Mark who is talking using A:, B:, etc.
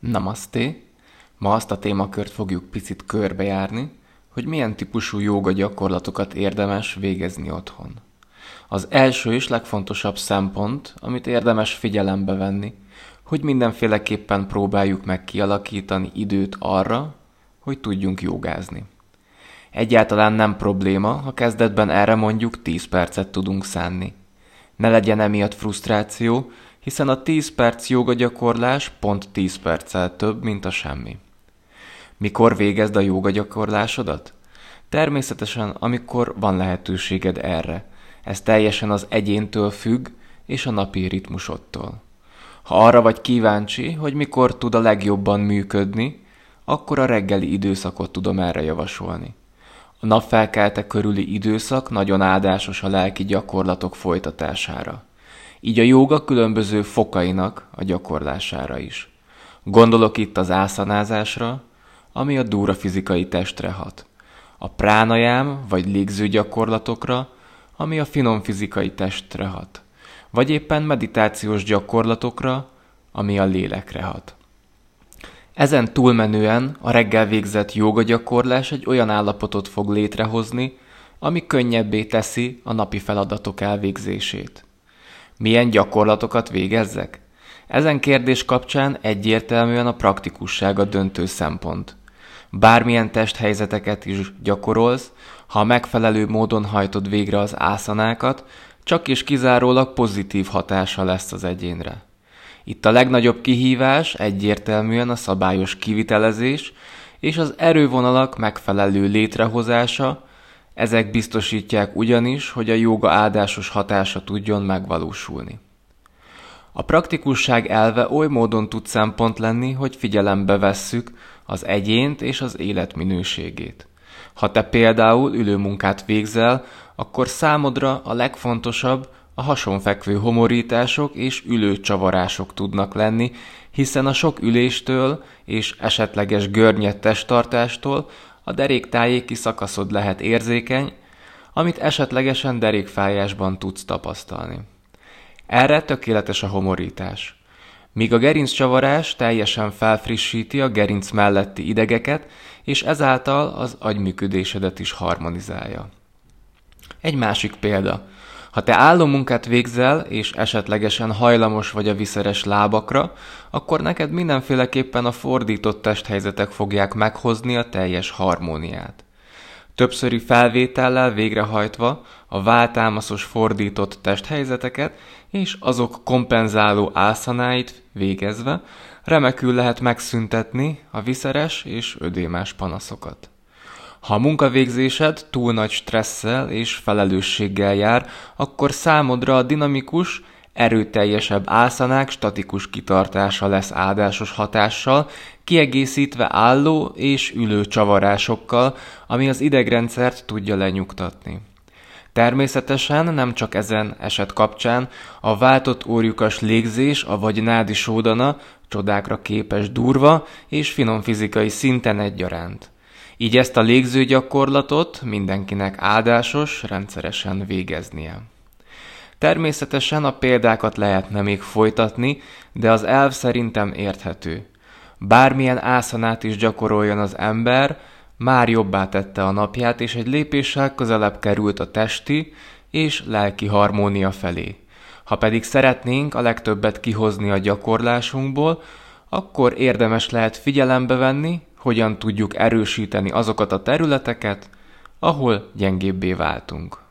A: Namaste! Ma azt a témakört fogjuk picit körbejárni, hogy milyen típusú jóga gyakorlatokat érdemes végezni otthon. Az első és legfontosabb szempont, amit érdemes figyelembe venni, hogy mindenféleképpen próbáljuk meg kialakítani időt arra, hogy tudjunk jogázni. Egyáltalán nem probléma, ha kezdetben erre mondjuk 10 percet tudunk szánni. Ne legyen emiatt frusztráció, hiszen a 10 perc jogagyakorlás pont 10 perccel több, mint a semmi. Mikor végezd a jogagyakorlásodat? Természetesen, amikor van lehetőséged erre. Ez teljesen az egyéntől függ, és a napi ritmusodtól. Ha arra vagy kíváncsi, hogy mikor tud a legjobban működni, akkor a reggeli időszakot tudom erre javasolni. A napfelkelte körüli időszak nagyon áldásos a lelki gyakorlatok folytatására. Így a jóga különböző fokainak a gyakorlására is. Gondolok itt az ászanázásra, ami a dúra fizikai testre hat. A pránajám vagy légző gyakorlatokra, ami a finom fizikai testre hat. Vagy éppen meditációs gyakorlatokra, ami a lélekre hat. Ezen túlmenően a reggel végzett jóga gyakorlás egy olyan állapotot fog létrehozni, ami könnyebbé teszi a napi feladatok elvégzését. Milyen gyakorlatokat végezzek? Ezen kérdés kapcsán egyértelműen a praktikusság a döntő szempont. Bármilyen testhelyzeteket is gyakorolsz, ha a megfelelő módon hajtod végre az ászanákat, csak és kizárólag pozitív hatása lesz az egyénre. Itt a legnagyobb kihívás egyértelműen a szabályos kivitelezés és az erővonalak megfelelő létrehozása, ezek biztosítják ugyanis, hogy a jóga áldásos hatása tudjon megvalósulni. A praktikusság elve oly módon tud szempont lenni, hogy figyelembe vesszük az egyént és az életminőségét. Ha te például ülőmunkát végzel, akkor számodra a legfontosabb a hasonfekvő homorítások és ülőcsavarások tudnak lenni, hiszen a sok üléstől és esetleges görnyedt testtartástól a deréktájéki szakaszod lehet érzékeny, amit esetlegesen derékfájásban tudsz tapasztalni. Erre tökéletes a homorítás. Míg a gerinccsavarás teljesen felfrissíti a gerinc melletti idegeket, és ezáltal az agyműködésedet is harmonizálja. Egy másik példa. Ha te álló munkát végzel, és esetlegesen hajlamos vagy a viszeres lábakra, akkor neked mindenféleképpen a fordított testhelyzetek fogják meghozni a teljes harmóniát. Többszöri felvétellel végrehajtva a váltámaszos fordított testhelyzeteket és azok kompenzáló ászanáit végezve remekül lehet megszüntetni a viszeres és ödémás panaszokat. Ha a munkavégzésed túl nagy stresszel és felelősséggel jár, akkor számodra a dinamikus, erőteljesebb ászanák statikus kitartása lesz áldásos hatással, kiegészítve álló és ülő csavarásokkal, ami az idegrendszert tudja lenyugtatni. Természetesen nem csak ezen eset kapcsán a váltott óriukas légzés, avagy nádi sódana csodákra képes durva és finom fizikai szinten egyaránt. Így ezt a légző gyakorlatot mindenkinek áldásos rendszeresen végeznie. Természetesen a példákat lehetne még folytatni, de az elv szerintem érthető. Bármilyen ászanát is gyakoroljon az ember, már jobbá tette a napját, és egy lépéssel közelebb került a testi és lelki harmónia felé. Ha pedig szeretnénk a legtöbbet kihozni a gyakorlásunkból, akkor érdemes lehet figyelembe venni, hogyan tudjuk erősíteni azokat a területeket, ahol gyengébbé váltunk.